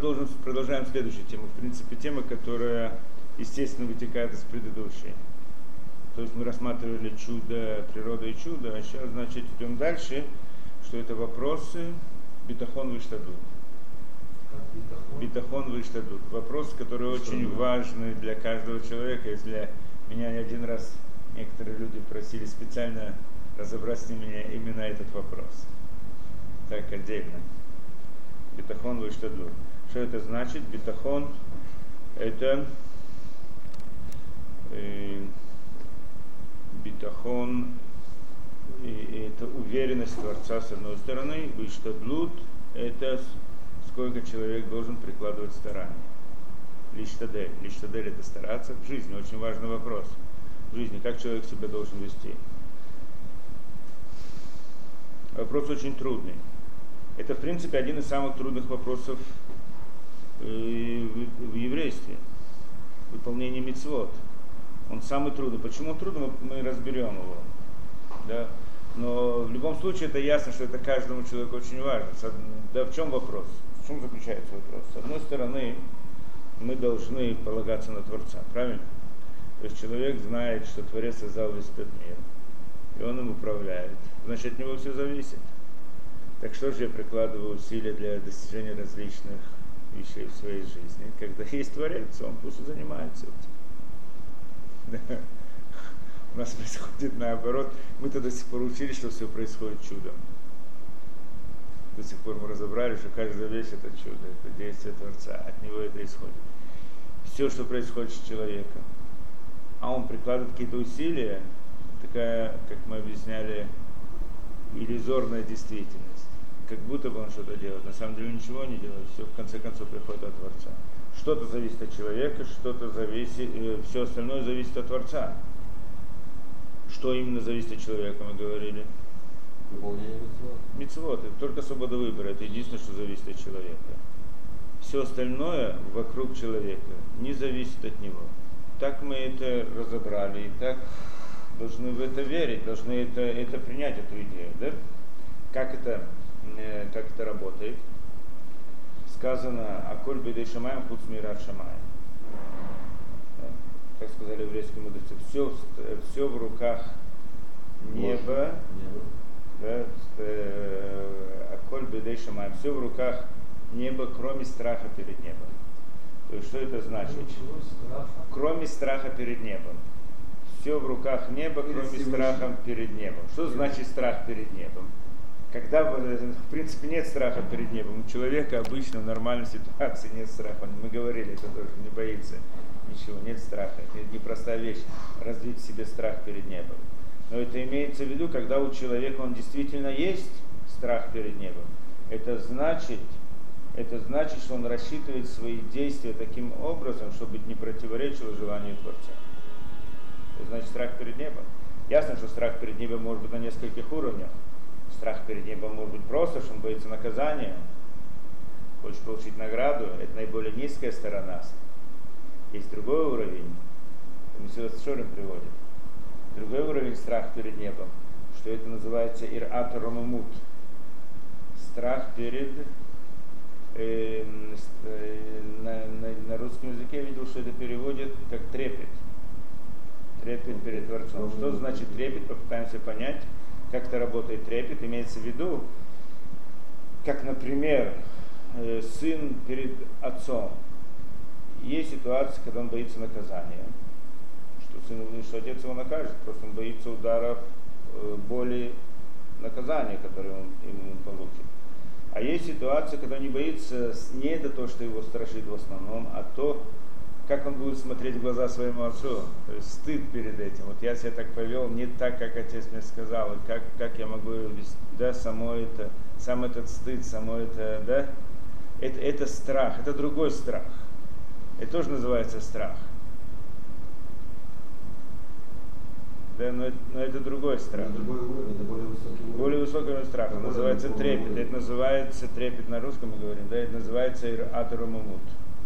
продолжаем следующую тему. В принципе, тема, которая, естественно, вытекает из предыдущей. То есть мы рассматривали чудо, природа и чудо, а сейчас, значит, идем дальше, что это вопросы битахон выштадут. Битахон выштадут. Вопросы, которые очень важны для каждого человека. Если меня не один раз некоторые люди просили специально разобрать с ними именно этот вопрос. Так, отдельно. Битахон выштадут. Что это значит? Битахон это битахон, это уверенность Творца с одной стороны, выштадлут это сколько человек должен прикладывать старания. Лиштадель. Лиштадель это стараться в жизни, очень важный вопрос. В жизни, как человек себя должен вести. Вопрос очень трудный. Это, в принципе, один из самых трудных вопросов в еврействе. Выполнение мицвот. Он самый трудный. Почему он трудный, мы разберем его. Да? Но в любом случае это ясно, что это каждому человеку очень важно. Да, в чем вопрос? В чем заключается вопрос? С одной стороны, мы должны полагаться на Творца, правильно? То есть человек знает, что Творец создал весь этот мир, и он им управляет. Значит, от него все зависит. Так что же я прикладываю усилия для достижения различных вещей в своей жизни? Когда есть Творец, он пусть и занимается этим. У нас происходит наоборот. Мы-то до сих пор учились, что все происходит чудом. До сих пор мы разобрали, что каждая вещь это чудо, это действие Творца, от него это исходит. Все, что происходит с человеком, а он прикладывает какие-то усилия, такая, как мы объясняли, иллюзорная действительность. Как будто бы он что-то делает, на самом деле ничего не делает, все в конце концов приходит от Творца. Что-то зависит от человека, что-то зависит, все остальное зависит от Творца. Что именно зависит от человека, мы говорили? Выполнение мицвот. Это только свобода выбора, это единственное, что зависит от человека. Все остальное вокруг человека не зависит от него. Так мы это разобрали, и так должны в это верить, должны это принять, эту идею. Да? Как это работает? Сказано, аколь бедей шамаем, хуц мират шамаем. Как сказали еврейские мудрецы, все в руках неба. Да, аколь бедей шамаем, все в руках неба, кроме страха перед небом. То есть что это значит? Кроме страха перед небом. Все в руках неба, кроме страха перед небом. Что значит страх перед небом? Когда, в принципе, нет страха перед небом, у человека обычно в нормальной ситуации нет страха. Мы говорили, это тоже не боится ничего, нет страха. Это непростая вещь, развить в себе страх перед небом. Но это имеется в виду, когда у человека он действительно есть страх перед небом. Это значит, что он рассчитывает свои действия таким образом, чтобы не противоречило желанию Творца. Это значит страх перед небом. Ясно, что страх перед небом может быть на нескольких уровнях. Страх перед небом может быть просто, что он боится наказания, хочет получить награду. Это наиболее низкая сторона. Есть другой уровень, Месилат Шорим приводит. Другой уровень страх перед небом, что это называется ир-ат ромамут. Страх перед, на русском языке я видел, что это переводит как трепет. Трепет перед Творцом. Что значит трепет? Попытаемся понять, как это работает трепет. Имеется в виду, как, например, сын перед отцом. Есть ситуация, когда он боится наказания. Что отец его накажет, просто он боится ударов, боли, наказания, которые он ему получит. А есть ситуация, когда он не боится, не это то, что его страшит в основном, а то, как он будет смотреть в глаза своему отцу. То есть стыд перед этим. Вот я себя так повел, не так, как отец мне сказал, и как я могу вести, да, сам этот стыд, да, это страх, это другой страх. Это тоже называется страх. Да, но это другой страх. Это другой уровень, это более высокий уровень. Более высокий уровень страха. Это называется трепет. Это называется трепет на русском, мы говорим, да, это называется ир-ат ромамут.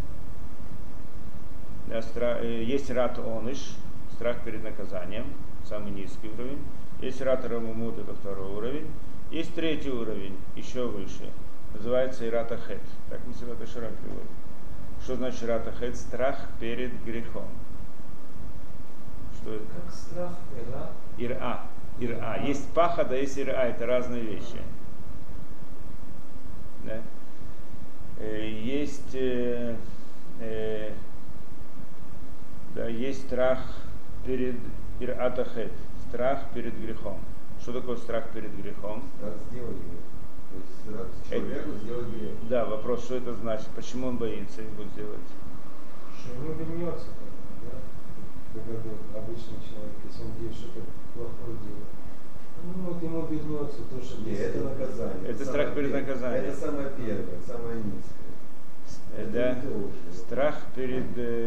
Есть рат оныш, страх перед наказанием, самый низкий уровень. Есть рат ромамут, это второй уровень. Есть третий уровень, еще выше. называется ирата хет. Так мы себя Шарам приводим. Что значит ирата хет? Страх перед грехом. Что это? Как страх, Ира. Ира. Есть пахада, есть ира. Это разные вещи. Да? Есть, да, есть страх перед иратахет, страх перед грехом. Что такое страх перед грехом? Страх сделать грех. То есть страх человеку сделать грех. Да, вопрос, что это значит, почему он боится его сделать? Что ему вернется, да? Как обычный человек, если он делает что-то плохое делает. Ну вот ему вернется то, что Нет, это наказание. Это страх перед наказанием. Это самое первое, самое низкое. Да, страх перед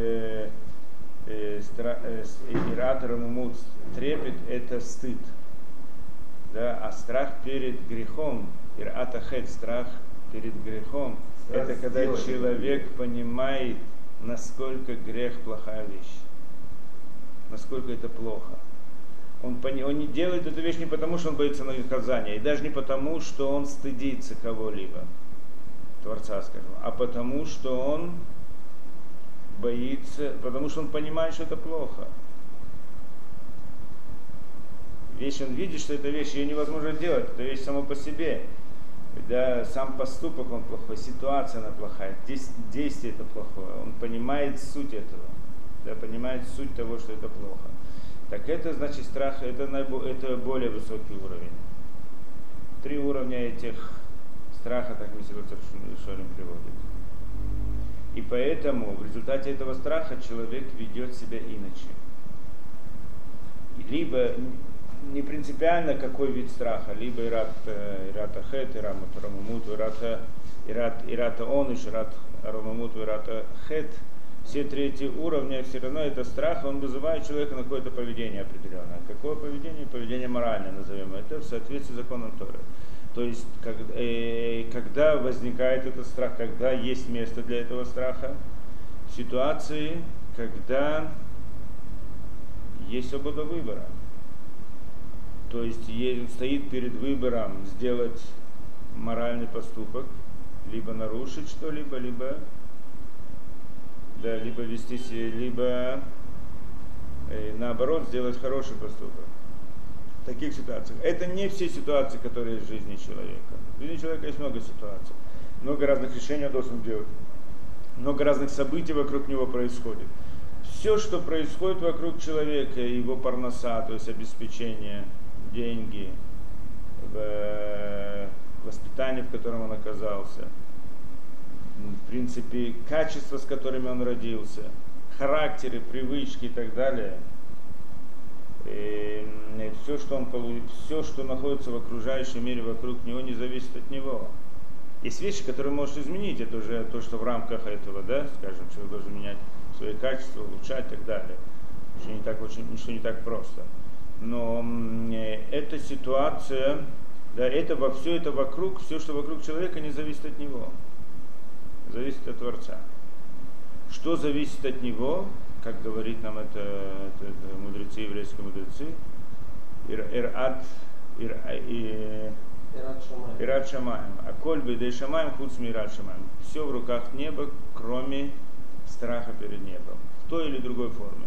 иратором умут, трепет это стыд. Да, а страх перед грехом, иратахет, страх перед грехом, страх это когда человек понимает, насколько грех плохая вещь, насколько это плохо. Он не делает эту вещь не потому, что он боится наказания, и даже не потому, что он стыдится кого-либо, Творца, скажем, а потому, что он боится, потому что он понимает, что это плохо. Вещь, он видит, что эта вещь, ее невозможно делать, это вещь само по себе. Да, сам поступок он плохой, ситуация она плохая, действие это плохое. Он понимает суть этого, да, понимает суть того, что это плохо. Так это значит страх, это более высокий уровень. 3 уровня этих страха, так Месилуцер Шорим приводит. И поэтому в результате этого страха человек ведет себя иначе. Либо не принципиально какой вид страха, либо ирата хет, ирата рамамут, ирата оныш, ирата рамамут, ирата хет. Все 3 уровня, все равно это страх, он вызывает человека на какое-то поведение определенное. Какое поведение? Поведение моральное, назовем это, в соответствии с законом Торы. То есть, когда возникает этот страх, когда есть место для этого страха, в ситуации, когда есть свобода выбора. То есть, он стоит перед выбором сделать моральный поступок, либо нарушить что-либо, либо вести себя, либо наоборот сделать хороший поступок. В таких ситуациях. Это не все ситуации, которые есть в жизни человека. В жизни человека есть много ситуаций. Много разных решений он должен делать. Много разных событий вокруг него происходит. Все, что происходит вокруг человека, его парноса, то есть обеспечение, деньги, воспитание, в котором он оказался, в принципе, качества, с которыми он родился, характеры, привычки и так далее. И все, что находится в окружающем мире вокруг него, не зависит от него. Есть вещи, которые может изменить, это уже то, что в рамках этого, да, скажем, человек должен менять свои качества, улучшать и так далее. Ничего не так просто. Но эта ситуация, да, все это вокруг, все, что вокруг человека, не зависит от него. Зависит от Творца. Что зависит от него, как говорит нам это мудрецы, еврейские мудрецы, ират шамаем. А коль бедей шамаем, хуцми ират шамаем. Все в руках неба, кроме страха перед небом. В той или другой форме.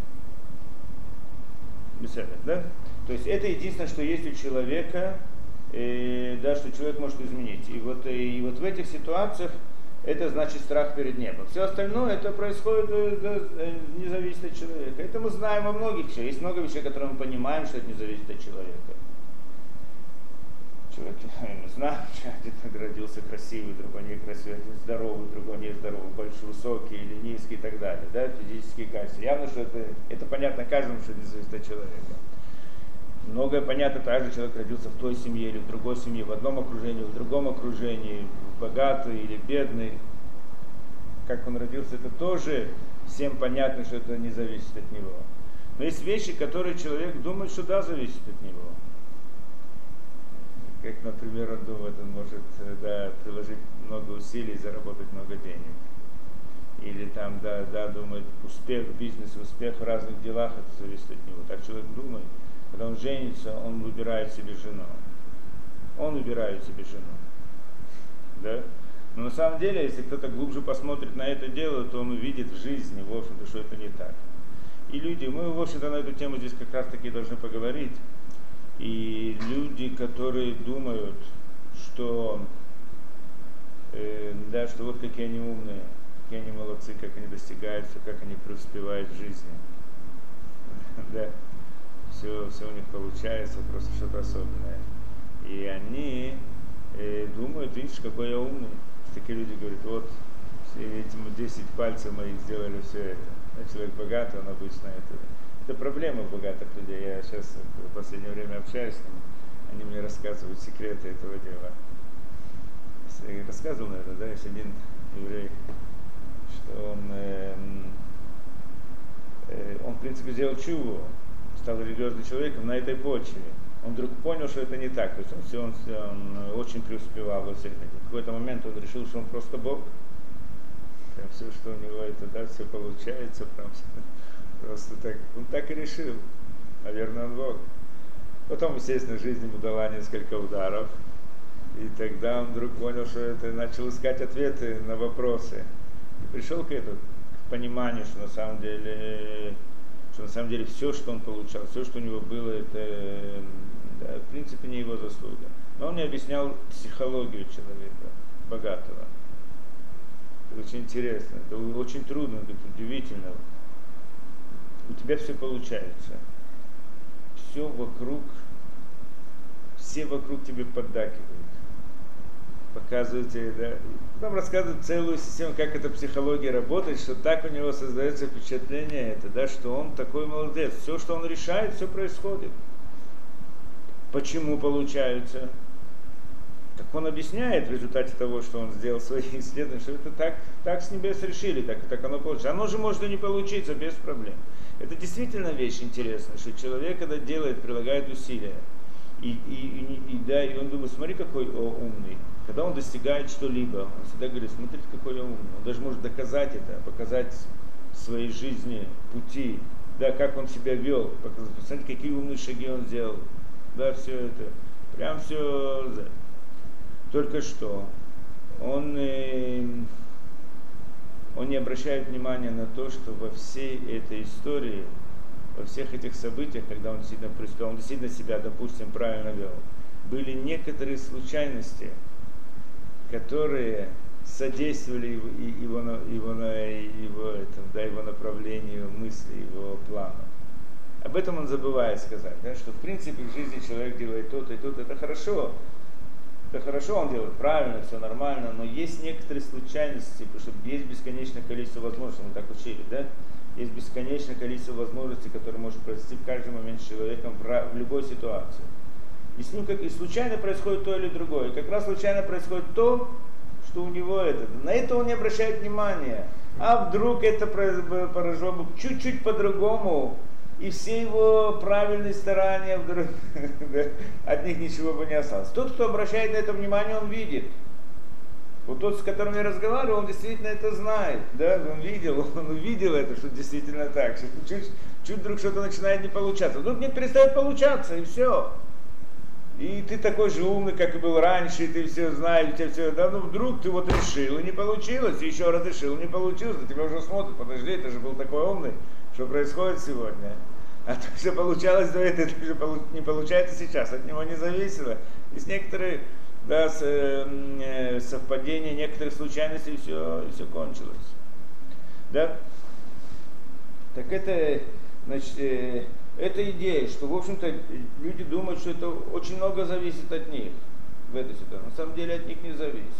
Беседа, да? То есть это единственное, что есть у человека, да, что человек может изменить. И вот в этих ситуациях это значит страх перед небом. Все остальное это происходит, не зависит от человека. Это мы знаем во многих вещах. Есть много вещей, которые мы понимаем, что это не зависит от человека. Человек, мы знаем, что один родился красивый, другой некрасивый, один здоровый, другой нездоровый, большой, высокий или низкий и так далее. Да? Физические качества. Явно, что это понятно каждому, что не зависит от человека. Многое понятно, также человек родился в той семье или в другой семье, в одном окружении, в другом окружении, богатый или бедный. Как он родился, это тоже всем понятно, что это не зависит от него. Но есть вещи, которые человек думает, что да, зависит от него. Как, например, он думает, он может приложить много усилий и заработать много денег. Или там, думает, успех в бизнесе, успех в разных делах, это зависит от него. Так человек думает. Когда он женится, он выбирает себе жену. Он выбирает себе жену. Да? Но на самом деле, если кто-то глубже посмотрит на это дело, то он увидит в жизни, в общем-то, что это не так. И люди, мы, в общем-то, на эту тему здесь как раз-таки должны поговорить. И люди, которые думают, что, да, что вот какие они умные, какие они молодцы, как они достигают, как они преуспевают в жизни. Да, все у них получается, просто что-то особенное. И они думают, видишь, какой я умный. Такие люди говорят, вот этим 10 пальцев моих сделали все это. А человек богатый, он обычно это проблема богатых людей. Я сейчас в последнее время общаюсь с ними, они мне рассказывают секреты этого дела. Я рассказывал, наверное, да, есть один еврей, что он в принципе сделал чуву, стал религиозным человеком на этой почве. Он вдруг понял, что это не так. То есть он очень преуспевал во всех этих. В какой-то момент он решил, что он просто Бог. Прям все, что у него это, да, все получается, прям просто так. Он так и решил. Наверное, он Бог. Потом, естественно, жизнь ему дала несколько ударов. И тогда он вдруг понял, что это, начал искать ответы на вопросы. И пришел к этому, к пониманию, что на самом деле все, что он получал, все, что у него было, это, да, в принципе, не его заслуга. Но он не объяснял психологию человека, богатого. Это очень интересно, это очень трудно, это удивительно. У тебя все получается. Все вокруг тебе поддакивают. Показывают тебе, да. Потом рассказывают целую систему, как эта психология работает, что так у него создается впечатление, это, да, что он такой молодец. Все, что он решает, все происходит. Почему получается? Так он объясняет в результате того, что он сделал свои исследования, что это так с небес решили, так оно получится. Оно же может и не получиться без проблем. Это действительно вещь интересная, что человек, когда делает, прилагает усилия, и он думает, смотри, какой умный. Когда он достигает что-либо, он всегда говорит, смотрите, какой я умный. Он даже может доказать это, показать в своей жизни пути, да, как он себя вел, показать, посмотрите, какие умные шаги он сделал. Да, все это. Прям все. Да. Только что он не обращает внимания на то, что во всей этой истории, во всех этих событиях, когда он действительно преуспел, он действительно себя, допустим, правильно вел, были некоторые случайности, которые содействовали его направлению мысли, его плану. Об этом он забывает сказать, да, что в принципе в жизни человек делает то-то и то-то, это хорошо. Это хорошо, он делает правильно, все нормально, но есть некоторые случайности, потому что есть бесконечное количество возможностей, мы так учили, да? Есть бесконечное количество возможностей, которые может произойти в каждый момент с человеком в любой ситуации. И с ним и случайно происходит то или другое. И как раз случайно происходит то, что у него это. На это он не обращает внимания. А вдруг это произошло бы чуть-чуть по-другому, и все его правильные старания вдруг от них ничего бы не осталось. Тот, кто обращает на это внимание, он видит. Вот тот, с которым я разговаривал, он действительно это знает. Да? Он увидел это, что действительно так. Что чуть вдруг что-то начинает не получаться. Вдруг не перестает получаться, и все. И ты такой же умный, как и был раньше, и ты все знаешь, у тебя все, да, ну вдруг ты вот решил, и не получилось, и еще раз решил, и не получилось, на тебя уже смотрят, подожди, ты же был такой умный, что происходит сегодня. А то, что получалось до этого, это же не получается сейчас, от него не зависело. Есть некоторые, да, совпадения, некоторых случайностей, и все кончилось. Да? Так это, значит, эта идея, что, в общем-то, люди думают, что это очень много зависит от них в этой ситуации. На самом деле от них не зависит.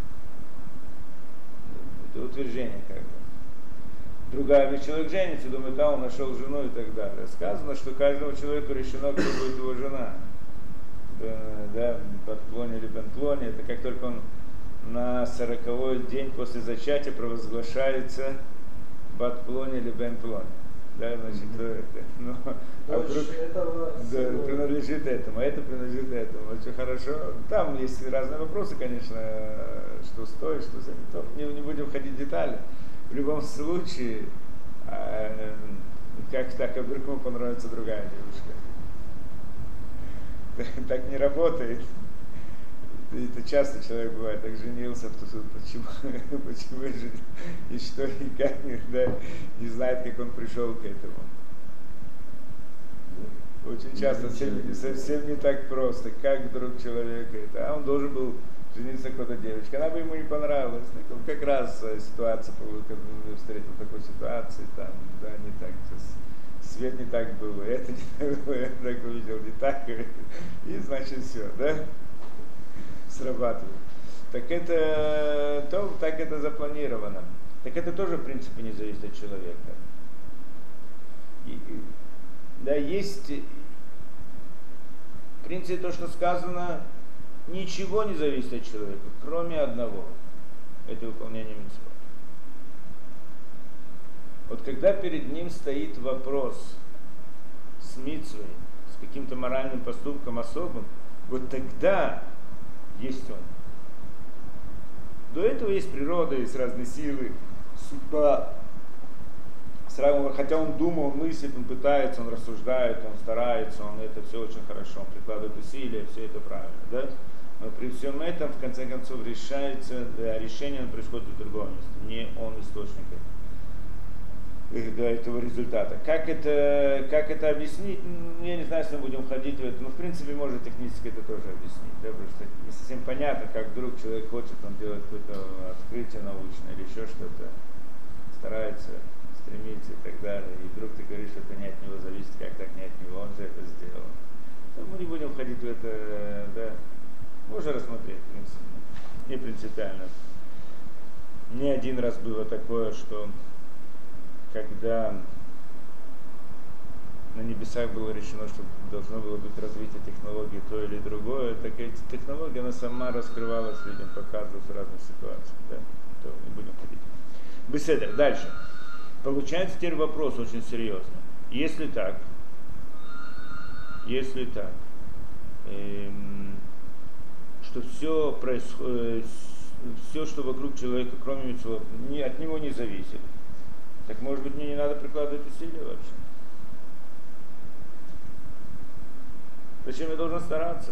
Это утверждение как бы. Другая вещь, человек женится, думает, он нашел жену и так далее. Сказано, что каждому человеку решено, кто будет его жена. Да, Батплоне или Бенплоне. Это как только он на 40-й день после зачатия провозглашается Батплоне или Бенплоне. Да, значит, принадлежит этому, это принадлежит этому. Очень хорошо. Там есть разные вопросы, конечно, что стоит, что за не будем входить в детали. В любом случае, как так, а вдруг ему понравится другая девушка. Так не работает. Это часто человек бывает, так женился, почему же и что, и как, да, не знает, как он пришел к этому. Очень часто совсем не так просто, как вдруг человек это, он должен был жениться какой-то девочкой, она бы ему не понравилась, так, как раз ситуация, когда он встретил такой ситуации, там, да, не так, свет не так был, это не так было, я так увидел, не так, и значит все, да, срабатывает. Так это, так это запланировано. Так это тоже, в принципе, не зависит от человека. Да, есть, в принципе, то, что сказано, ничего не зависит от человека, кроме одного. Это выполнение мицвот. Вот когда перед ним стоит вопрос с мицвой, с каким-то моральным поступком особым, вот тогда есть он. До этого есть природа, есть разные силы, судьба. Хотя он думал, он мыслит, он пытается, он рассуждает, он старается, он это все очень хорошо, он прикладывает усилия, все это правильно, да? Но при всем этом, в конце концов, решение происходит в другом месте, не он источник этого результата. Как это объяснить? Я не знаю, если мы будем входить в это, но в принципе можно технически это тоже объяснить, да? Потому что не совсем понятно, как вдруг человек хочет, он делает какое-то открытие научное или еще что-то, старается, стремится и так далее, и вдруг ты говоришь, что это не от него зависит, как так не от него, он же это сделал. То мы не будем входить в это, да, можно рассмотреть, в принципе, не принципиально. Не один раз было такое, что когда на небесах было решено, что должно было быть развитие технологий то или другое, так эти технологии, она сама раскрывалась людям, показывалась в разных ситуациях, да, то не будем ходить. Беседа. Дальше. Получается теперь вопрос очень серьезный. Если так, что все происходит, все, что вокруг человека, кроме мицвот, от него не зависит, так может быть мне не надо прикладывать усилия вообще? Зачем я должен стараться?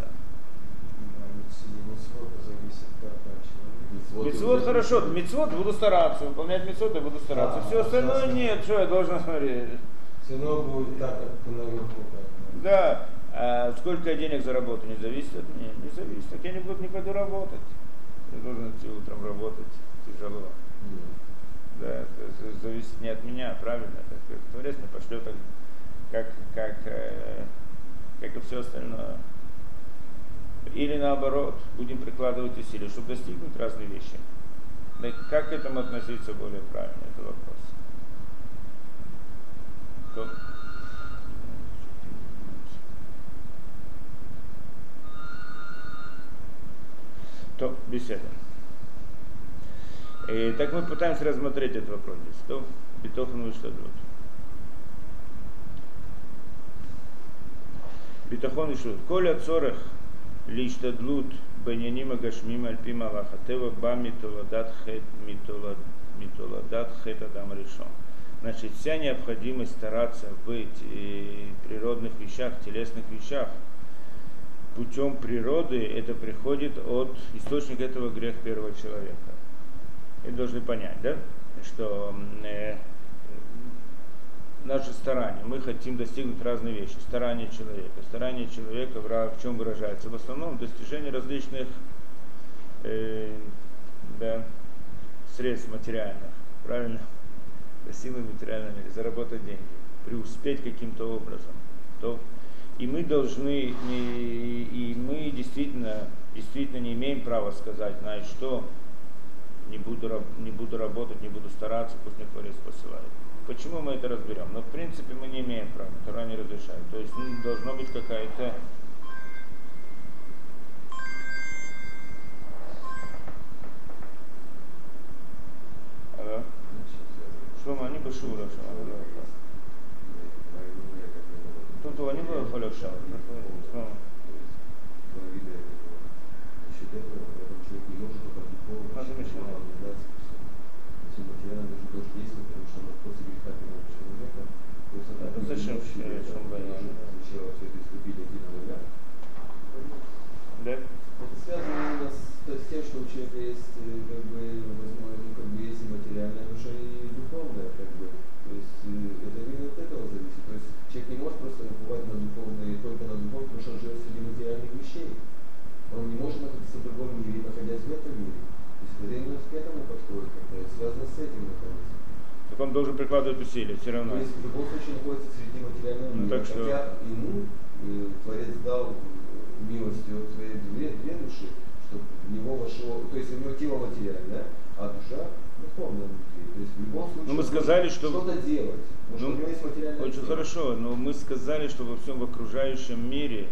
Мицвот хорошо, мицвот буду стараться, выполнять мицвот я буду стараться. Все остальное нет, что я должен смотреть. Все равно будет так, как наверху. Да, а сколько я денег заработаю, не зависит от меня, не зависит. Так я не пойду работать. Я должен идти утром работать, тяжело. Да, это зависит не от меня, правильно? Творец мне пошлет так, как и все остальное. Или наоборот, будем прикладывать усилия, чтобы достигнуть разные вещи. Да, как к этому относиться более правильно, это вопрос. То беседа. Так мы пытаемся рассмотреть этот вопрос здесь. То битохан выштадлут. Битохан выштадлут. Коля цорах лиштадлут банянима гашмима альпи малаха тева ба митоладат хет адам решен. Значит, вся необходимость стараться в природных вещах, телесных вещах, путем природы, это приходит от источника этого грех первого человека. И должны понять, да, что наше старание, мы хотим достигнуть разные вещи. Старание человека в чем выражается? В основном в достижении различных средств материальных, правильно? Силы материальной мире, заработать деньги, преуспеть каким-то образом. И мы должны, мы действительно не имеем права сказать, знаешь что, не буду работать, не буду стараться, пусть мне Творец посылает. Почему мы это разберем? Но в принципе мы не имеем права, Тора не разрешает. То есть должна быть какая-то Шлома, они бы шура, тут они бы халёша. Зачем это связано именно с тем, что у человека есть, как бы, возможно, ну, как бы есть и материальная душа, и духовная, как бы. То есть это именно от этого зависит. То есть человек не может просто уповать на духовные, только на духовные, потому что он живет среди материальных вещей. Он не может находиться в другом мире, находясь в этом мире. То есть это именно к этому подходит, это связано с этим находится. Так он должен прикладывать усилия все равно. То есть в любом случае находится среди материального мира. Так что... Хотя ему Творец дал милостью от своей две души, чтобы в него вошло, то есть у него тело материальное, а душа духовная внутри. То есть в любом случае мы сказали, что... что-то делать, потому что у него есть материальное очень тело. Хорошо, но мы сказали, что во всем окружающем мире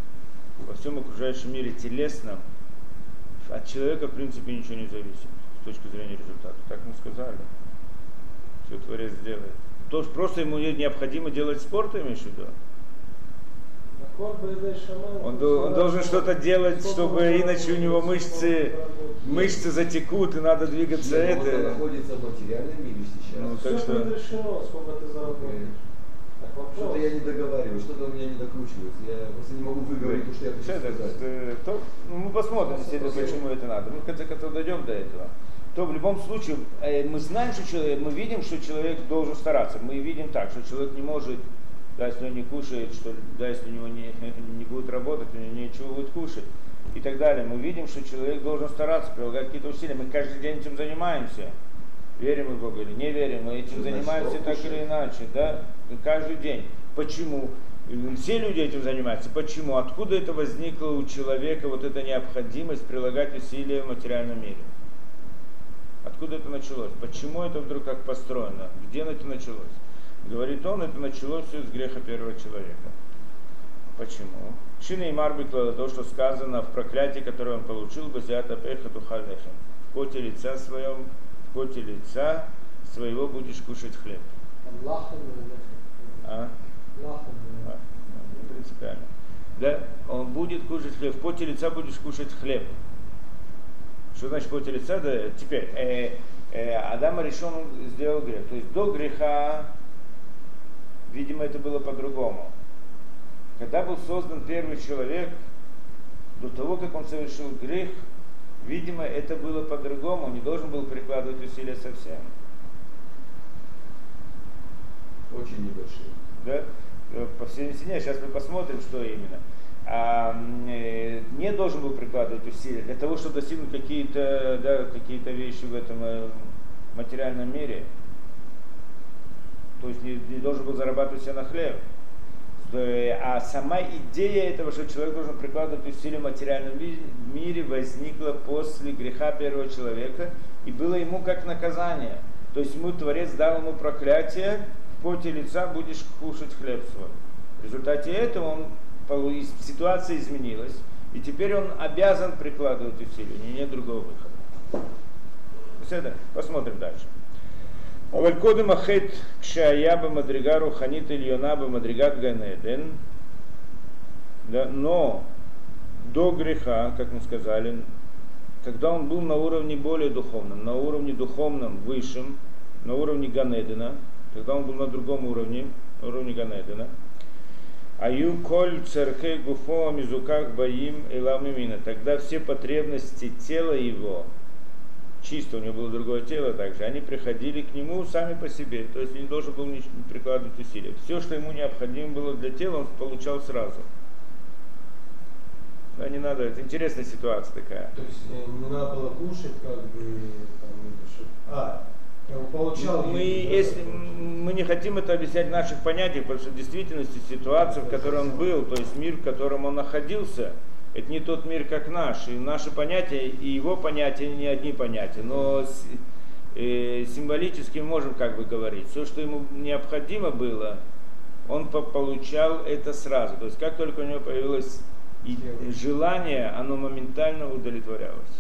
телесном от человека в принципе ничего не зависит с точки зрения результата. Так мы сказали. Все Творец делает. То, что просто ему необходимо делать спорт, ты имеешь в виду? Он должен что-то делать, чтобы иначе у него мышцы затекут и надо двигаться. Нет, это находится в материальном мире сейчас. Ну, все так что... разрешено, сколько ты заработаешь. Что-то я не договариваю, что-то у меня не докручивается. Я просто не могу выговорить то, что я хочу сказать. Мы посмотрим, почему это надо. Мы в конце концов дойдем до этого. То в любом случае мы знаем, что человек, мы видим, что человек должен стараться. Мы видим так, что человек не может, да, если он не кушает, что, да, если у него не будет работать, у него ничего будет кушать и так далее. Мы видим, что человек должен стараться, прилагать какие-то усилия. Мы каждый день этим занимаемся. Верим мы в Бога или не верим, мы этим занимаемся так или иначе, да, каждый день. Почему? Все люди этим занимаются. Почему? Откуда это возникла у человека вот эта необходимость прилагать усилия в материальном мире? Откуда это началось? Почему это вдруг как построено? Где это началось? Говорит он, это началось все с греха первого человека. Почему? Шина и Марбикла, то, что сказано в проклятии, которое он получил, базиата пеха тухалехем. В поте лица своем, в поте лица своего будешь кушать хлеб. Не принципиально. Да, он будет кушать хлеб, в поте лица будешь кушать хлеб. Что значит в поте лица? Да, теперь, Адам Аришон сделал грех. То есть до греха, видимо, это было по-другому. Когда был создан первый человек, до того, как он совершил грех, видимо, это было по-другому. Он не должен был прикладывать усилия совсем. Очень небольшие. Да? По всей стене, сейчас мы посмотрим, что именно. Не должен был прикладывать усилия для того, чтобы достигнуть какие-то вещи в этом материальном мире. То есть не должен был зарабатывать себе на хлеб. А сама идея этого, что человек должен прикладывать усилия в материальном мире, возникла после греха первого человека и было ему как наказание. То есть Творец дал ему проклятие, в поте лица будешь кушать хлеб свой. В результате этого ситуация изменилась, и теперь он обязан прикладывать усилия, нет другого выхода. Посмотрим дальше. Валькоды махет кшаяба мадригару ханит ильонаба мадригат ганеден. Но до греха, как мы сказали, когда он был на уровне более духовном, на уровне духовном высшем, на уровне Ганедена, когда он был на другом уровне, на уровне Ганедена, Аю коль церкей гуфо мизуках баим эламимина. Тогда все потребности тела его, чисто у него было другое тело также, они приходили к нему сами по себе. То есть он не должен был не прикладывать усилия. Все, что ему необходимо было для тела, он получал сразу. Да, не надо, это интересная ситуация такая. То есть не надо было кушать, как бы, там, получал. Мы не хотим это объяснять в наших понятиях, потому что в действительности ситуация, в которой он был, то есть мир, в котором он находился, это не тот мир, как наш. И наши понятия и его понятия не одни понятия. Но символически мы можем как бы говорить. Все, что ему необходимо было, он получал это сразу. То есть как только у него появилось желание, оно моментально удовлетворялось.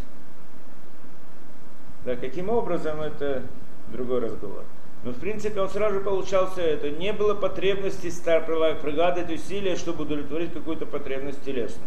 Да, каким образом, это другой разговор. Но в принципе он сразу же получал все это. Не было потребности прикладывать усилия, чтобы удовлетворить какую-то потребность телесную.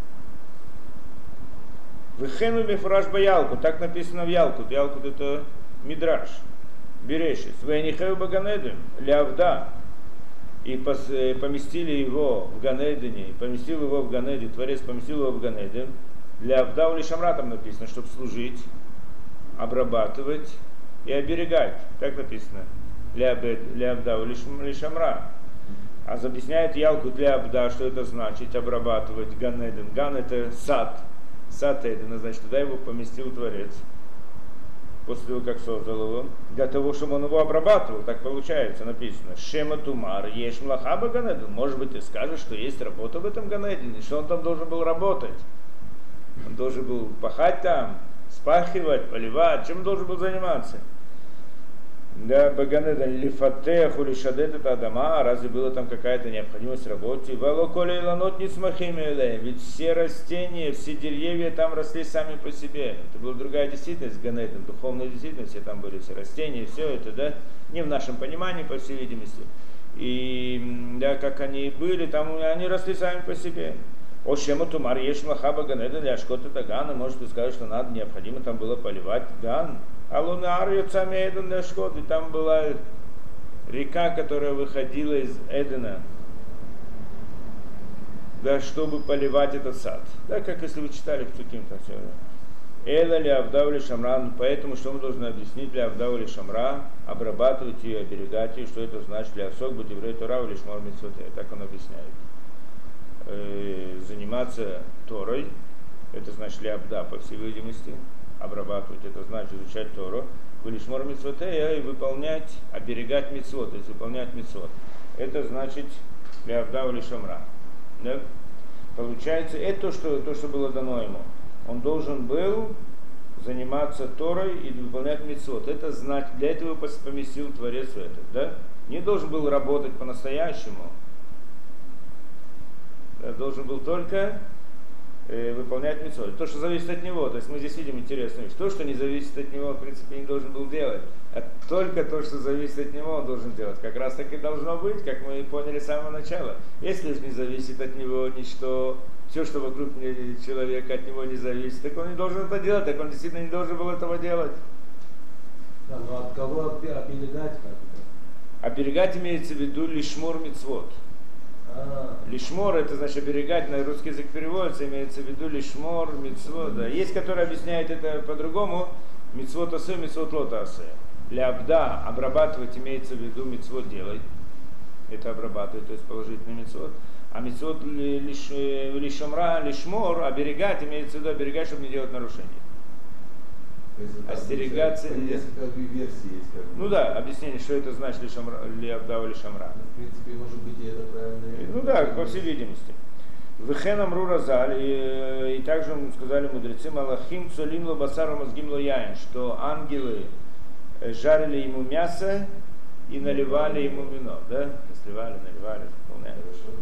Вехену мифураж Ялкут, так написано в Ялкут. Ялкут это Мидраш, Берешис. Вейнихеу Баганедем, Лявда. И поместили его в Ганедене, поместил его в Ганеде, Творец поместил его в Ганеде, Для Авда или Шамра там написано, чтобы служить, обрабатывать и оберегать. Так написано. Для Авда или Шамра. А объясняет Ялку для Абда, что это значит, обрабатывать Ганеден. Ган это сад. Сад Эдена, значит, туда его поместил Творец. После того, как создал его. Для того, чтобы он его обрабатывал, так получается, написано. Шема Тумар, ешь млахаба Ганеден. Может быть, ты скажешь, что есть работа в этом Ганедене, что он там должен был работать. Он должен был пахать там, спахивать, поливать. Чем он должен был заниматься? Да, Баганедан лифатех или шадет это Адама, разве была там какая-то необходимость в работе? Валоколи ланот не смахими, ведь все растения, все деревья там росли сами по себе. Это была другая действительность, Ганедан, духовная действительность, все там были все растения, все это, да, не в нашем понимании, по всей видимости. И да, как они и были, там они росли сами по себе. Ошема тумар еш млахаба Ганедан, ляшкот это Гана, может ты скажешь, что надо, необходимо там было поливать Ган. Алунар Юцами Эден Дашкот, и там была река, которая выходила из Эдена, да, чтобы поливать этот сад. Да, как если вы читали в каким-то все. Эла ли Авдау ли Шамра, поэтому что мы должны объяснить для Авдау ли Шамра, обрабатывать ее, оберегать ее, что это значит для Асок, Бутиврей Тора или Шмор Митцвоте. Так он объясняет. Заниматься Торой, это значит для Абда, по всей видимости. Обрабатывать, это значит изучать Тору, вылишмор митцвотея и выполнять, оберегать митцвот, то есть выполнять митцвот. Это значит для Авда или Шамра. Да? Получается, это то, что было дано ему. Он должен был заниматься Торой и выполнять митцвот. Это значит, для этого поместил Творец в это. Да? Не должен был работать по-настоящему. Да? Должен был только выполнять митцвот. То, что зависит от него. То есть мы здесь видим интересную вещь. То, что не зависит от него, в принципе, не должен был делать. А только то, что зависит от него, он должен делать. Как раз так и должно быть, как мы поняли с самого начала. Если же не зависит от него ничто, все, что вокруг человека от него не зависит, так он не должен это делать, так он действительно не должен был этого делать. Да, но от кого оберегать как-то? Оберегать имеется в виду лишмор мицвот. Лишмор, это значит оберегать, на русский язык переводится, имеется в виду лишмор, мицвот. Да. Есть, которые объясняют это по-другому, мицвот асе, мицвот лота асе. Для Абда обрабатывать имеется в виду мицвот делать, это обрабатывать, то есть положительный мицвот. А мицвот лишмра, лишмор, оберегать имеется в виду оберегать, чтобы не делать нарушений. Остерегаться нельзя. Несколько версий есть. Ну да, объяснение, что это значит ли Абда или Шамра. В принципе, может быть, и это правильно. Ну да, по всей видимости. Вехенам Руразаль, и также сказали мудрецы, Малахим цолим ло басару мозгим ло яин, что ангелы жарили ему мясо и наливали ему вино, да? Сливали, наливали, заполняли.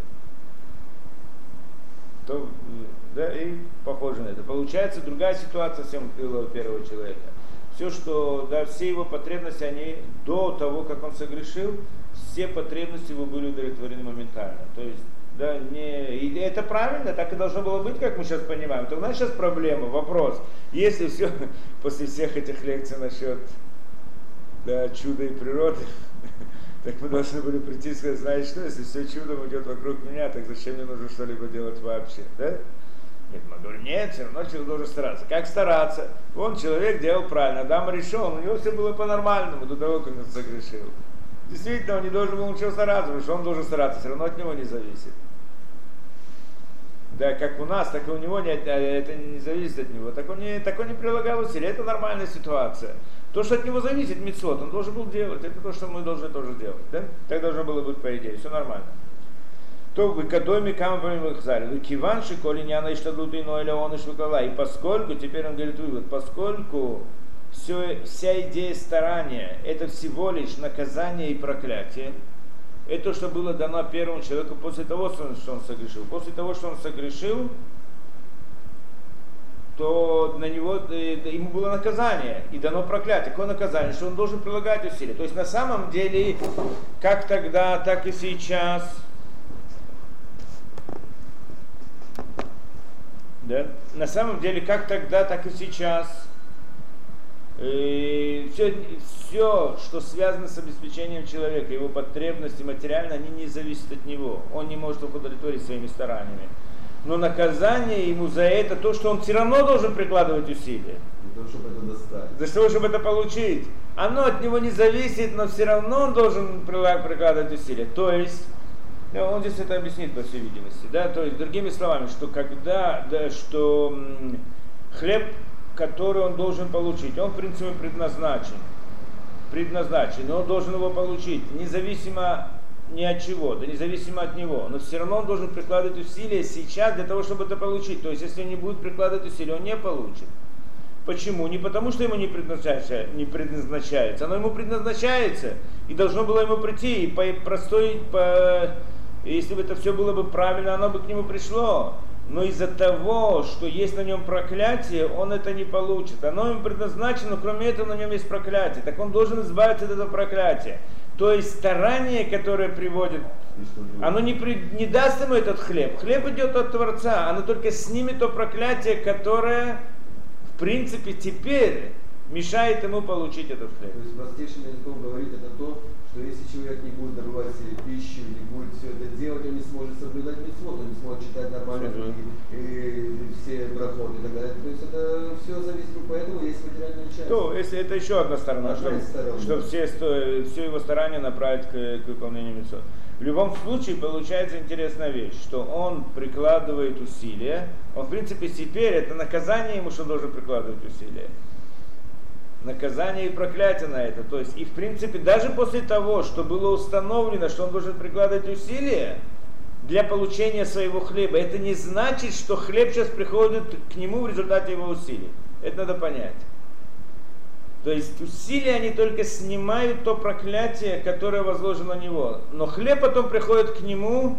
То, да, и похоже на это. Получается другая ситуация, чем было у первого человека. Все, что, да, все его потребности, они до того, как он согрешил, все потребности его были удовлетворены моментально. То есть, да, и это правильно, так и должно было быть, как мы сейчас понимаем. То у нас сейчас проблема, вопрос. Если все, после всех этих лекций насчет, да, чуда и природы, так мы должны были прийти и сказать, знаешь что, если все чудом идет вокруг меня, так зачем мне нужно что-либо делать вообще, да? Нет, мы говорим, нет, все равно человек должен стараться. Как стараться? Вон человек делал правильно, Адам решил, у него все было по-нормальному до того, как он согрешил. Действительно, он не должен был ничего стараться, потому что он должен стараться, все равно от него не зависит. Да, как у нас, так и у него это не зависит от него. Так он не прилагал усилия, это нормальная ситуация. То, что от него зависит мицвот, он должен был делать, это то, что мы должны тоже делать. Да? Так должно было быть по идее, все нормально. То в экодоме камабами выхзали. Вы киванши, коли не она иштадлут ино или он ишвыкала. И поскольку, теперь он говорит вывод, поскольку вся идея старания это всего лишь наказание и проклятие, это то, что было дано первому человеку после того, что он согрешил. После того, что он согрешил, то на него, ему было наказание и дано проклятие. Какое наказание? Что он должен прилагать усилия. То есть на самом деле, как тогда, так и сейчас, да? На самом деле, как тогда, так и сейчас, все, что связано с обеспечением человека, его потребности материально, они не зависят от него. Он не может их удовлетворить своими стараниями. Но наказание ему за это то, что он все равно должен прикладывать усилия. Для того, чтобы это достать. Для того, чтобы это получить. Оно от него не зависит, но все равно он должен прикладывать усилия. То есть, он здесь это объяснит, по всей видимости. Да? То есть, другими словами, что когда, да, что хлеб, который он должен получить, он в принципе предназначен, но он должен его получить, независимо ни от чего, да независимо от него, но все равно он должен прикладывать усилия сейчас для того, чтобы это получить. То есть, если он не будет прикладывать усилия, он не получит. Почему? Не потому, что ему не предназначается, оно ему предназначается, и должно было ему прийти, и если бы это все было бы правильно, оно бы к нему пришло. Но из-за того, что есть на нем проклятие, он это не получит. Оно ему предназначено, но кроме этого на нем есть проклятие. Так он должен избавиться от этого проклятия. То есть старание, которое приводит, оно не даст ему этот хлеб. Хлеб идет от Творца, оно только снимет то проклятие, которое, в принципе, теперь мешает ему получить этот хлеб. То есть простейшим языком говорит это то, что если человек не будет добывать себе пищу, не будет все это делать, он не сможет соблюдать мицвот, он не сможет читать нормально все брахот и так далее. То есть это все зависит, поэтому есть материальная часть. То, если это еще одна сторона, что все его старания направить к выполнению мицвот. В любом случае получается интересная вещь, что он прикладывает усилия, он в принципе теперь это наказание ему, что он должен прикладывать усилия. Наказание и проклятие на это. То есть, и в принципе, даже после того, что было установлено, что он должен прикладывать усилия для получения своего хлеба, это не значит, что хлеб сейчас приходит к нему в результате его усилий. Это надо понять. То есть усилия, они только снимают то проклятие, которое возложено на него. Но хлеб потом приходит к нему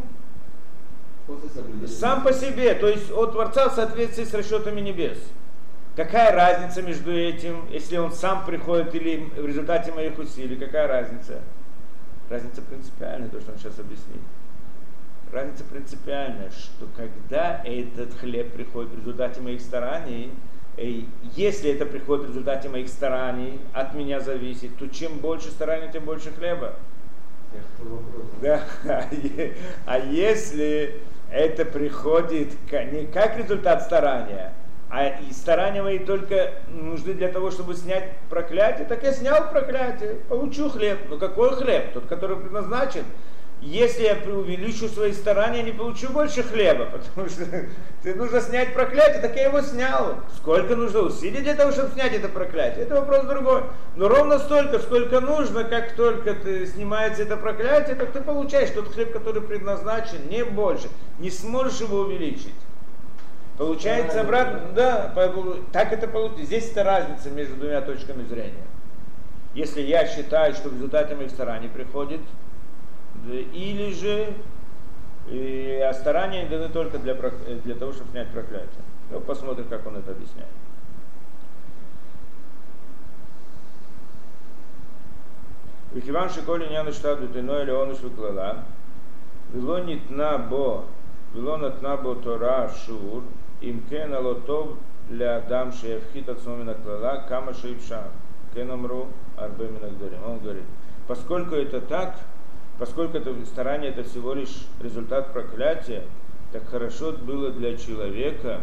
сам по себе, то есть от Творца в соответствии с расчетами небес. Какая разница между этим, если он сам приходит или в результате моих усилий? Какая разница? Разница принципиальная, то, что он сейчас объяснит. Разница принципиальная, что когда этот хлеб приходит в результате моих стараний, если это приходит в результате моих стараний, от меня зависит, то чем больше стараний, тем больше хлеба. Да. А если это приходит не как результат старания, а и старания мои только нужны для того, чтобы снять проклятие, так я снял проклятие, получу хлеб. Но какой хлеб? Тот, который предназначен. Если я преувеличу свои старания, не получу больше хлеба, потому что нужно снять проклятие, так я его снял. Сколько нужно усилий для того, чтобы снять это проклятие? Это вопрос другой. Но ровно столько, сколько нужно, как только снимается это проклятие, так ты получаешь тот хлеб, который предназначен, не больше. Не сможешь его увеличить. Получается обратно, да, так это получится. Здесь это разница между двумя точками зрения. Если я считаю, что в результате моих стараний приходит, или же старания даны только для того, чтобы снять проклятие. Ну, посмотрим, как он это объясняет. Вихиван шиколи няну штаду тино или онуш выклала, вило нитна бо тора шур, им кен алотов для адам шеевхит от смомина клала, кама шеевшам, кен амру арбе минагдорим. Он говорит, поскольку это так, поскольку это старание это всего лишь результат проклятия, так хорошо было для человека,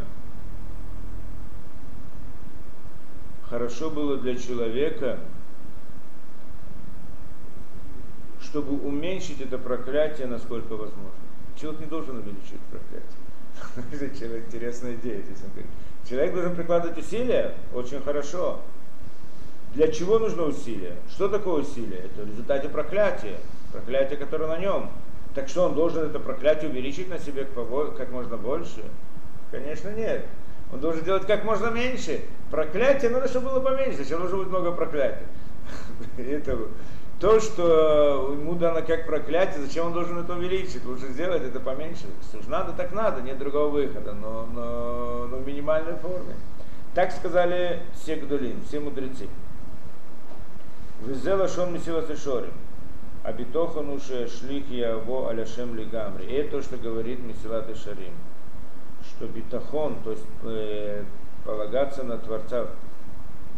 чтобы уменьшить это проклятие, насколько возможно. Человек не должен увеличить проклятие. Интересная идея здесь. Он говорит, человек должен прикладывать усилия, очень хорошо. Для чего нужно усилие? Что такое усилие? Это в результате проклятия. Проклятие, которое на нем. Так что он должен это проклятие увеличить на себе как можно больше? Конечно, нет. Он должен делать как можно меньше. Проклятие надо, чтобы было поменьше. Зачем должно быть много проклятий? Это то, что ему дано как проклятие, зачем он должен это увеличить? Лучше сделать это поменьше. Если уж надо, так надо, нет другого выхода, но в минимальной форме. Так сказали все гдулим, все мудрецы. Везела шон месила сешорим. Абитохануше шлих яво аляшем лигамри. И это то, что говорит Месилат Ишарим. Что битахон, то есть полагаться на Творца.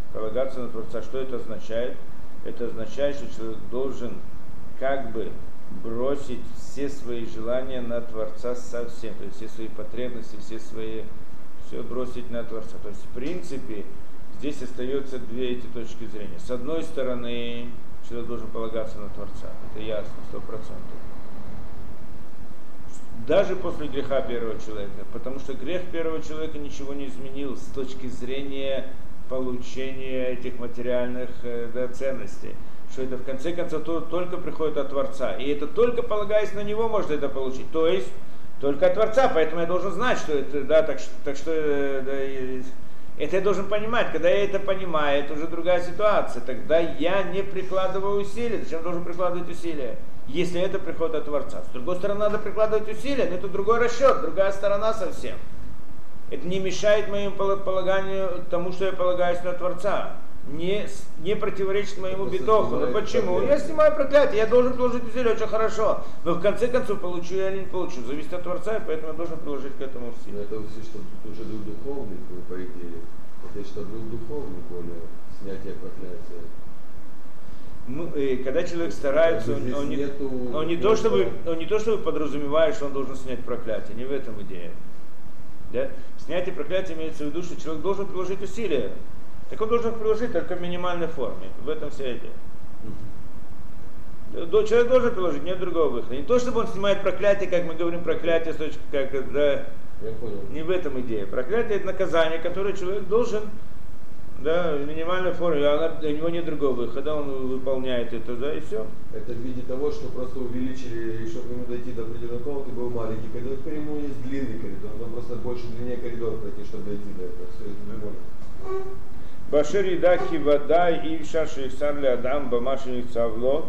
Что это означает? Это означает, что человек должен как бы бросить все свои желания на Творца совсем, то есть все свои потребности, все бросить на Творца. То есть в принципе здесь остается две эти точки зрения. С одной стороны, человек должен полагаться на Творца, это ясно, 100%. Даже после греха первого человека, потому что грех первого человека ничего не изменил с точки зрения получения этих материальных ценностей. Что это в конце концов только приходит от Творца. И это только полагаясь на Него можно это получить. То есть только от Творца, поэтому я должен знать, что это, да, так что это я должен понимать. Когда я это понимаю, это уже другая ситуация. Тогда я не прикладываю усилия. Зачем я должен прикладывать усилия? Если это приходит от Творца. С другой стороны, надо прикладывать усилия, но это другой расчет, другая сторона совсем. Это не мешает моему полаганию тому, что я полагаюсь на Творца. Не противоречит моему битоху. Но почему? Я снимаю проклятие, я должен приложить усилия, очень хорошо. Но в конце концов, получу я или не получу. Зависит от Творца, и поэтому я должен приложить к этому усилия. Но это все, что тут уже был духовный, по идее. Это что был духовный более снятие проклятия. Когда человек старается, он не то чтобы подразумевает, что он должен снять проклятие, не в этом идея. Да? Снятие проклятия имеется в виду, что человек должен приложить усилия. Так он должен приложить только в минимальной форме. В этом вся идея. Человек должен приложить, нет другого выхода. Не то чтобы он снимает проклятие, как мы говорим, проклятие, не в этом идея. Проклятие это наказание, которое человек должен, да, в минимальной форме, у него нет другого выхода, он выполняет это, да, и все. Это в виде того, что просто увеличили, чтобы ему дойти до определенной комнаты, был маленький коридор, теперь ему есть длинный коридор, он просто больше длиннее коридор пройти, чтобы дойти до этого. Все это не можно. Башир Идахи Вадай и Шашихсан ли Адам Бамаши Цавло.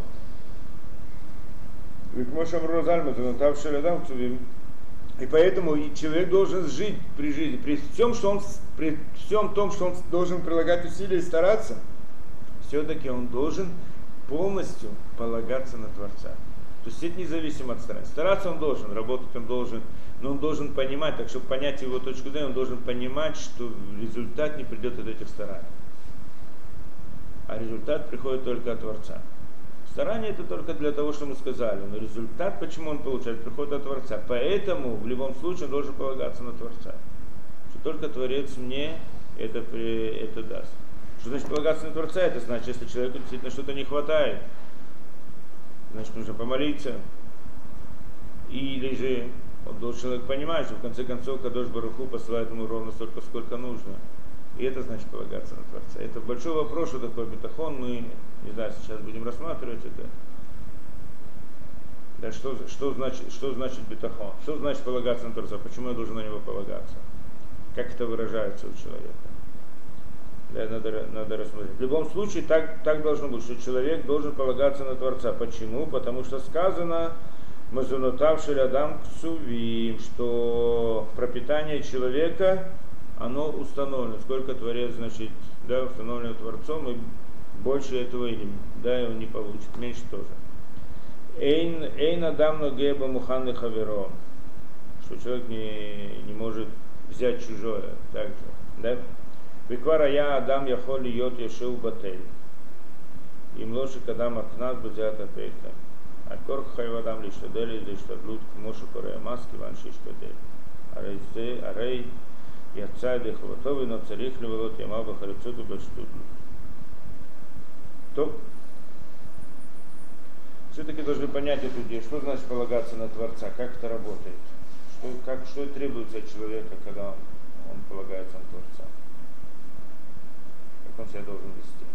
И поэтому человек должен жить при жизни, при всем том, что он должен прилагать усилия и стараться, все-таки он должен полностью полагаться на Творца. То есть это независимо от старания. Стараться он должен, работать он должен, но он должен понимать, так чтобы понять его точку зрения, он должен понимать, что результат не придет от этих стараний. А результат приходит только от Творца. Старание это только для того, что мы сказали, но результат, почему он получает, приходит от Творца. Поэтому в любом случае он должен полагаться на Творца. Что только Творец мне это даст. Что значит полагаться на Творца? Это значит, если человеку действительно что-то не хватает, значит нужно помолиться. Или же человек понимает, что в конце концов Кадош Барух Ху посылает ему ровно столько, сколько нужно. И это значит полагаться на Творца. Это большой вопрос, что такое битахон. Мы, не знаю, сейчас будем рассматривать это. Да, что значит битахон? Что значит полагаться на Творца? Почему я должен на него полагаться? Как это выражается у человека? Да, надо рассмотреть. В любом случае, так должно быть, что человек должен полагаться на Творца. Почему? Потому что сказано, Мазунотавший Адам Ксувим, что пропитание человека оно установлено. Сколько Творец, значит, да, установлено Творцом, и больше этого да, он не получит, меньше тоже. Эйн Адам Ногеба Муханны Хаверо, что человек не может взять чужое, так же, да? Виквара я Адам Яхоли Йот Яшил Батель. Им лошик Адам Акнат Базиата Пейха. Акор Хайвадам Лиштадели, Лиштадлут, Мошу Корея Маски, Ванши Штадель. Арей Яца Дехватовый, но царих Леволот Ямаба Харицуту Баштудлу. То все-таки должны понять эту идею, что значит полагаться на Творца, как это работает, что требуется от человека, когда он полагается на Творца, как он себя должен вести.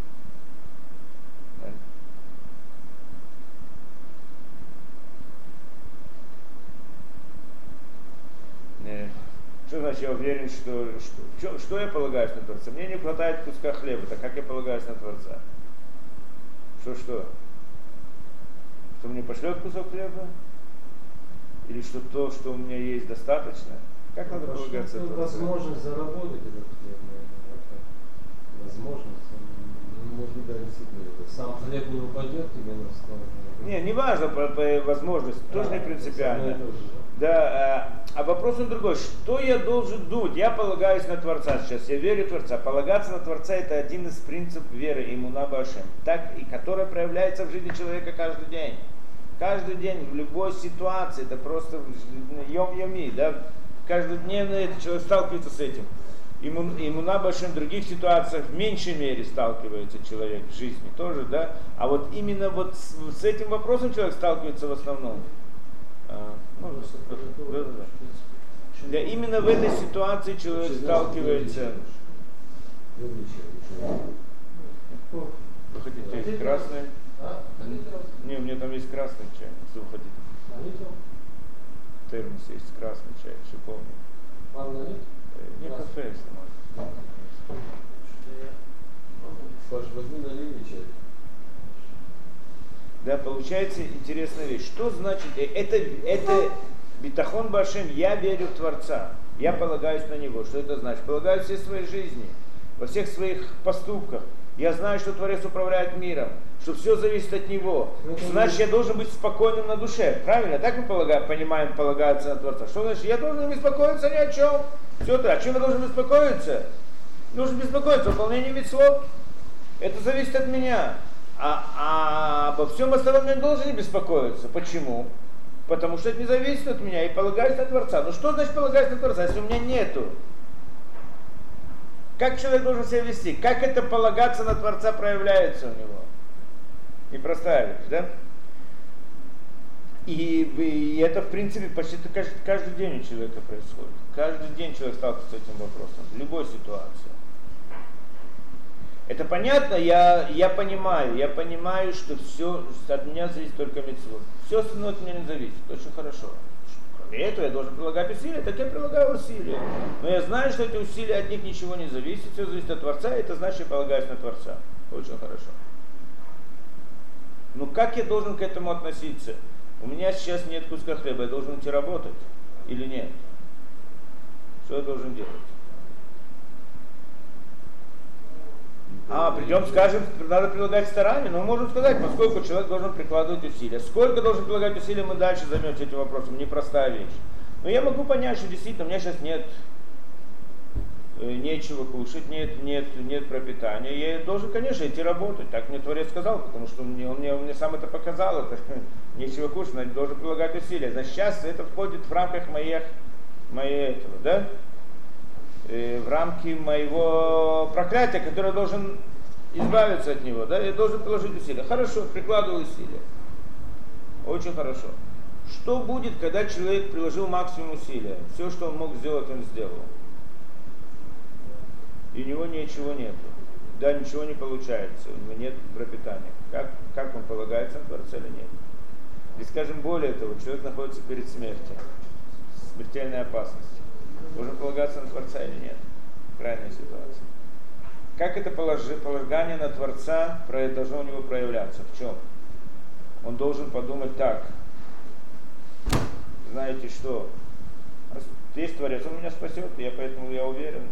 Да? Что значит, я уверен, что я полагаюсь на Творца? Мне не хватает куска хлеба, так как я полагаюсь на Творца? Что? Что мне пошлет кусок хлеба? Или что то, что у меня есть, достаточно? Как надо полагаться на Творца? Возможность заработать этот хлеб, наверное, возможность. Может быть, да, действительно это. Сам хлеб не упадет тебе на стол. Не важно про возможность, тоже не принципиально. Да, а вопрос он другой. Что я должен думать? Я полагаюсь на Творца сейчас, я верю в Творца. Полагаться на Творца это один из принципов веры, имуна башем, так, и которая проявляется в жизни человека каждый день. Каждый день, в любой ситуации, это просто йом-йоми, да? Каждодневно этот человек сталкивается с этим. Ему на больших других ситуациях в меньшей мере сталкивается человек в жизни тоже, да? А вот именно вот с этим вопросом человек сталкивается в основном. Да, именно в этой ситуации человек сталкивается. Вы хотите красный? Не, у меня там есть красный чай. Что вы хотите? Термос есть красный чай, шиповник. Вам налить? Не кафе, если можно. Паш, возьми налей мне чай. Да, получается интересная вещь. Что значит, это битахон башем, я верю в Творца, я полагаюсь на Него. Что это значит? Полагаюсь всей своей жизни, во всех своих поступках. Я знаю, что Творец управляет миром, что все зависит от Него. Значит, я должен быть спокойным на душе. Правильно? Так мы понимаем, полагаться на Творца. Что значит? Я должен беспокоиться ни о чем. Все это. О чем я должен беспокоиться? Должен беспокоиться о выполнении мицвот. Это зависит от меня. А обо всем остальном я должен не беспокоиться. Почему? Потому что это не зависит от меня и полагаюсь на Творца. Ну что значит полагаюсь на Творца, если у меня нету? Как человек должен себя вести? Как это полагаться на Творца проявляется у него? Непростая вещь, да? И это, в принципе, почти каждый день у человека происходит. Каждый день человек сталкивается с этим вопросом, в любой ситуации. Это понятно, я понимаю, что все от меня зависит только мицвот. Все остальное от меня не зависит, очень хорошо. Кроме этого я должен прилагать усилия, так я прилагаю усилия. Но я знаю, что эти усилия от них ничего не зависит, все зависит от Творца, и это значит, я полагаюсь на Творца. Очень хорошо. Ну как я должен к этому относиться? У меня сейчас нет куска хлеба, я должен идти работать или нет? Что я должен делать? Придем, скажем, надо прилагать старания, но мы можем сказать, поскольку человек должен прикладывать усилия. Сколько должен прилагать усилия, мы дальше займемся этим вопросом, непростая вещь. Но я могу понять, что действительно у меня сейчас нет нечего кушать, нет пропитания. Я должен, конечно, идти работать, так мне Творец сказал, потому что он мне сам это показал, это нечего кушать, значит, должен прилагать усилия. Значит, сейчас это входит в рамках моей этого, да? В рамки моего проклятия, которое я должен избавиться от него, да, я должен приложить усилия. Хорошо, прикладываю усилия. Очень хорошо. Что будет, когда человек приложил максимум усилия? Все, что он мог сделать, он сделал. И у него ничего нету. Да, ничего не получается, у него нет пропитания. Как он полагается на Творца или нет? И скажем, более того, человек находится перед смертью. Смертельная опасность. Должен полагаться на Творца или нет? Крайняя ситуация. Как это полагание на Творца должно у него проявляться? В чем? Он должен подумать так. Знаете что? Есть Творец, он меня спасет, поэтому я уверен.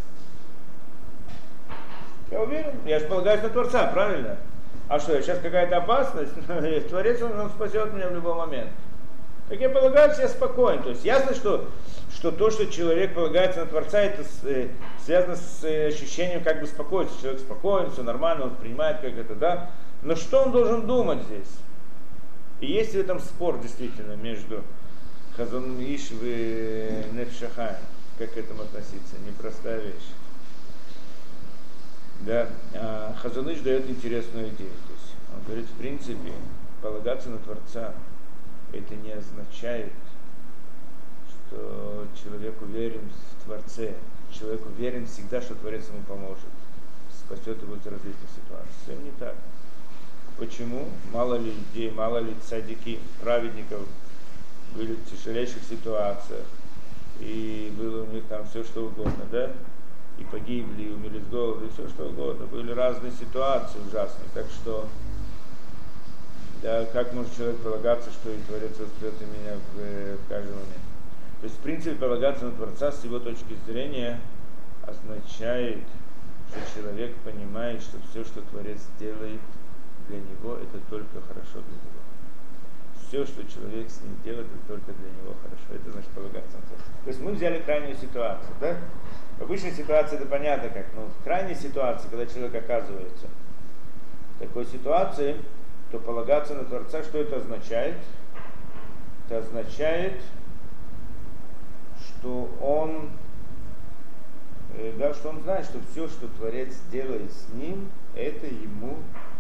Я уверен, я же полагаюсь на Творца, правильно? А что, сейчас какая-то опасность? Творец, он спасет меня в любой момент. Так я полагаюсь, я спокоен. То есть ясно, что то, что человек полагается на Творца, это связано с ощущением как бы спокойствия. Человек спокоен, все нормально, он принимает как это, да. Но что он должен думать здесь? И есть в этом спор действительно между Хазон Иш и Нефеш Хаим. Как к этому относиться? Непростая вещь. Да. Хазон Иш дает интересную идею здесь. Он говорит, в принципе, полагаться на Творца это не означает, что человек уверен в Творце. Человек уверен всегда, что Творец ему поможет, спасет его из различных ситуаций. Совсем не так. Почему? Мало ли людей, мало ли цадики, праведников были в тяжелейших ситуациях, и было у них там все что угодно, да? И погибли, и умерли с голода, и все что угодно. Были разные ситуации ужасные, так что да, как может человек полагаться, что и Творец воспрет меня в каждый момент? То есть, в принципе, полагаться на Творца с его точки зрения означает, что человек понимает, что все, что Творец делает для него, это только хорошо для него. Все, что человек с ним делает, это только для него хорошо. Это значит полагаться на Творца. То есть мы взяли крайнюю ситуацию, да? В обычной ситуации это понятно как, но в крайней ситуации, когда человек оказывается в такой ситуации, то полагаться на Творца, что это означает? Это означает, что он, да, что он знает, что все, что Творец делает с ним, это ему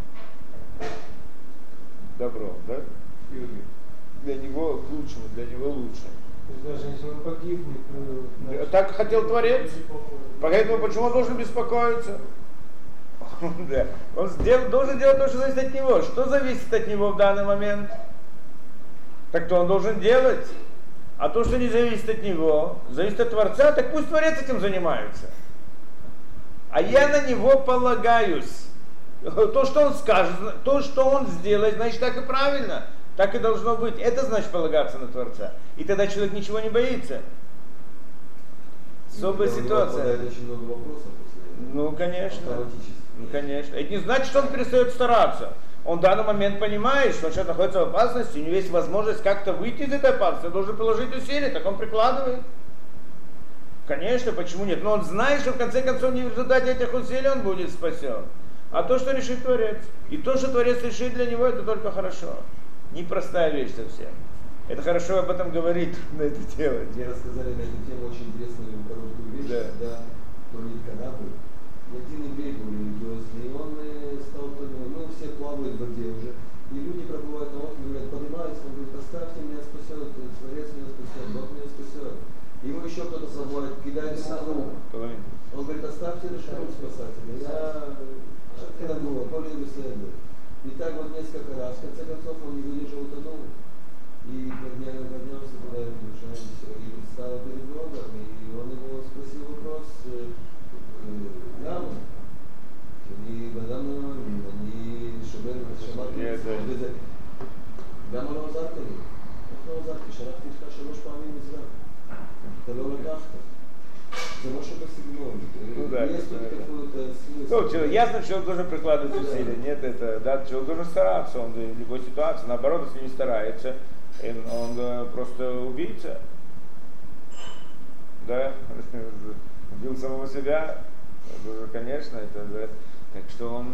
добро, да? Для него к лучшему, для него лучше. То есть даже если он погибнет, Так хотел Творец. Поэтому почему он должен беспокоиться? Да. Он должен делать то, что зависит от него. Что зависит от него в данный момент? Так то он должен делать. А то, что не зависит от него, зависит от Творца, так пусть Творец этим занимается. А я на него полагаюсь. То, что он скажет, то, что он сделает, значит так и правильно. Так и должно быть. Это значит полагаться на Творца. И тогда человек ничего не боится. Особая ситуация. Очень много вопросов после Ну, конечно. автоматически. Ну, конечно. Это не значит, что он перестает стараться. Он в данный момент понимает, что он сейчас находится в опасности, у него есть возможность как-то выйти из этой опасности, он должен приложить усилия, так он прикладывает. Конечно, почему нет? Но он знает, что в конце концов не в результате этих усилий он будет спасен. А то, что решит Творец. И то, что Творец решит для него, это только хорошо. Непростая вещь совсем. Это хорошо об этом говорить, трудно это делать. Мне рассказали на эту тему очень интересную короткую вещь, Да. когда тонет корабль. И один еврей был религиозный, и он стал тонуть, ну все плавают в воде уже. И люди пробывают на лодке, говорят, поднимаются, он говорит, оставьте меня спасет, Творец меня спасет, Бог меня спасет. Ему еще кто-то собой кидает ему круг. Он говорит, оставьте лишь круг спасателя. Я когда было, более беседы. И так вот несколько раз, в конце концов он не выдержал, утонул. И поднялся туда в душе, и все. И предстал перед Богом, и он его спросил вопрос, лама, не бадам, не шубер, шамар, למה לא עזרת לי? איך לא עזרתי? שלחתי לך 3 פעמים מזרע. אתה לא לקחת. זה משהו בסגנון. Есть тут какой-то смысл. Ну, ясно, что он должен прикладывать усилия. Нет, это, да, человек должен стараться. Он в любой ситуации, наоборот, если не старается, он просто убийца. Да, убил самого себя. Конечно, это, да. Так что он,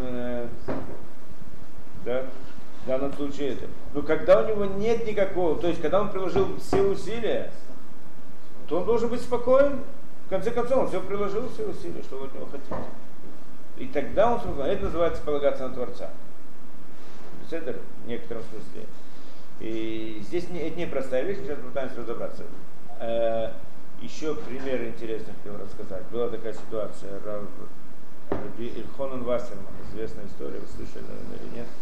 да, в данном случае это. Но когда у него нет никакого, то есть когда он приложил все усилия, то он должен быть спокоен. В конце концов, он все приложил, все усилия, что вы от него хотите. И тогда он спокоен. Это называется полагаться на Творца. Это в некотором смысле. И здесь это непростая вещь, сейчас пытаемся разобраться. Еще пример интересный хотел рассказать. Была такая ситуация. Раби Ильхонан Вассерман, известная история, вы слышали, наверное, или нет?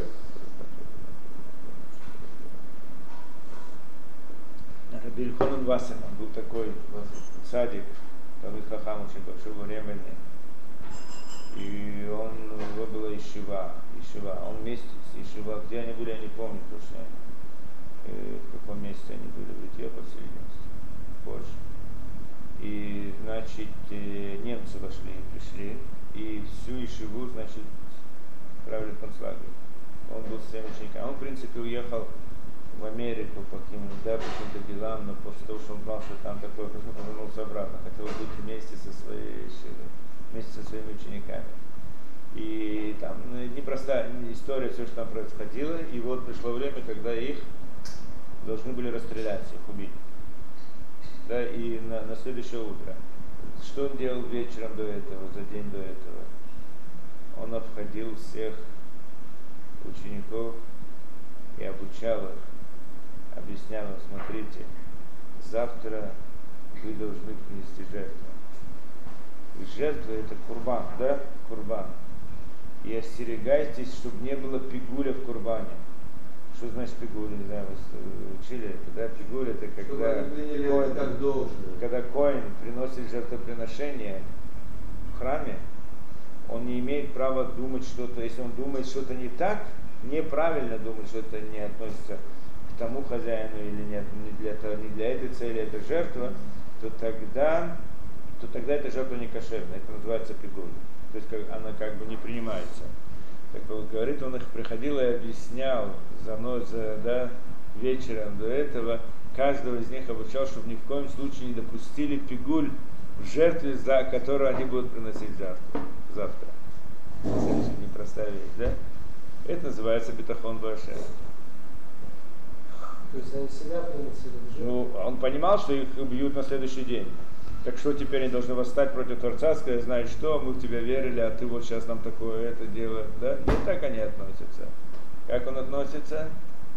Раби Ильхонан Вассерман был такой садик, Талмид Хахам, очень большой, временный. И у него была ишива. Он вместе с ишива, где они были, я не помню точно, в каком месте они были, в Литве, по всей видимости, позже. И, значит, немцы пришли, и всю ишиву, значит, отправили в концлагерь. Он был с своими учениками. Он, в принципе, уехал в Америку по каким-то делам, но после того, что он знал, что там такое, он вернулся обратно, хотел быть вместе со своими учениками. И там непростая история, все, что там происходило, и вот пришло время, когда их должны были расстрелять, их убить. Да, и на следующее утро. Что он делал вечером до этого, за день до этого? Он обходил всех учеников и обучал их, объяснял им, смотрите, завтра вы должны принести жертву. И жертва это курбан, да? Курбан. И остерегайтесь, чтобы не было пигуля в курбане. Что значит пигуля? Не знаю, вы учили это, да? Пигуля это когда коэн приносит жертвоприношение в храме, он не имеет права думать что-то, если он думает что-то не так, неправильно думать, что это не относится к тому хозяину или не для этой цели это жертва, то тогда эта жертва не кошерная, это называется пигуль. То есть она как бы не принимается. Так вот, говорит, он их приходил и объяснял вечером до этого, каждого из них обучал, чтобы ни в коем случае не допустили пигуль в жертве, за которую они будут приносить завтра. Это непростая вещь, да? Это называется битахон башем. То есть они себя приносили в жертву? Ну, он понимал, что их убьют на следующий день. Так что теперь они должны восстать против Творца, сказать, знаешь что, мы в тебя верили, а ты вот сейчас нам такое это делаешь. Да? Не так они относятся. Как он относится?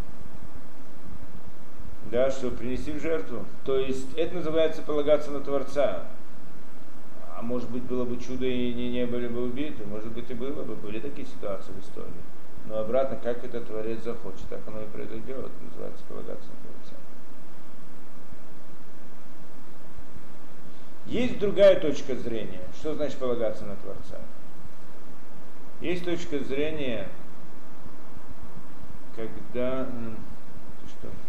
Да, что принести в жертву. То есть это называется полагаться на Творца. А может быть было бы чудо и не были бы убиты, может быть и было бы, были такие ситуации в истории. Но обратно, как это Творец захочет, так оно и произойдет, называется полагаться на Творца. Есть другая точка зрения. Что значит полагаться на Творца? Есть точка зрения, когда... Что?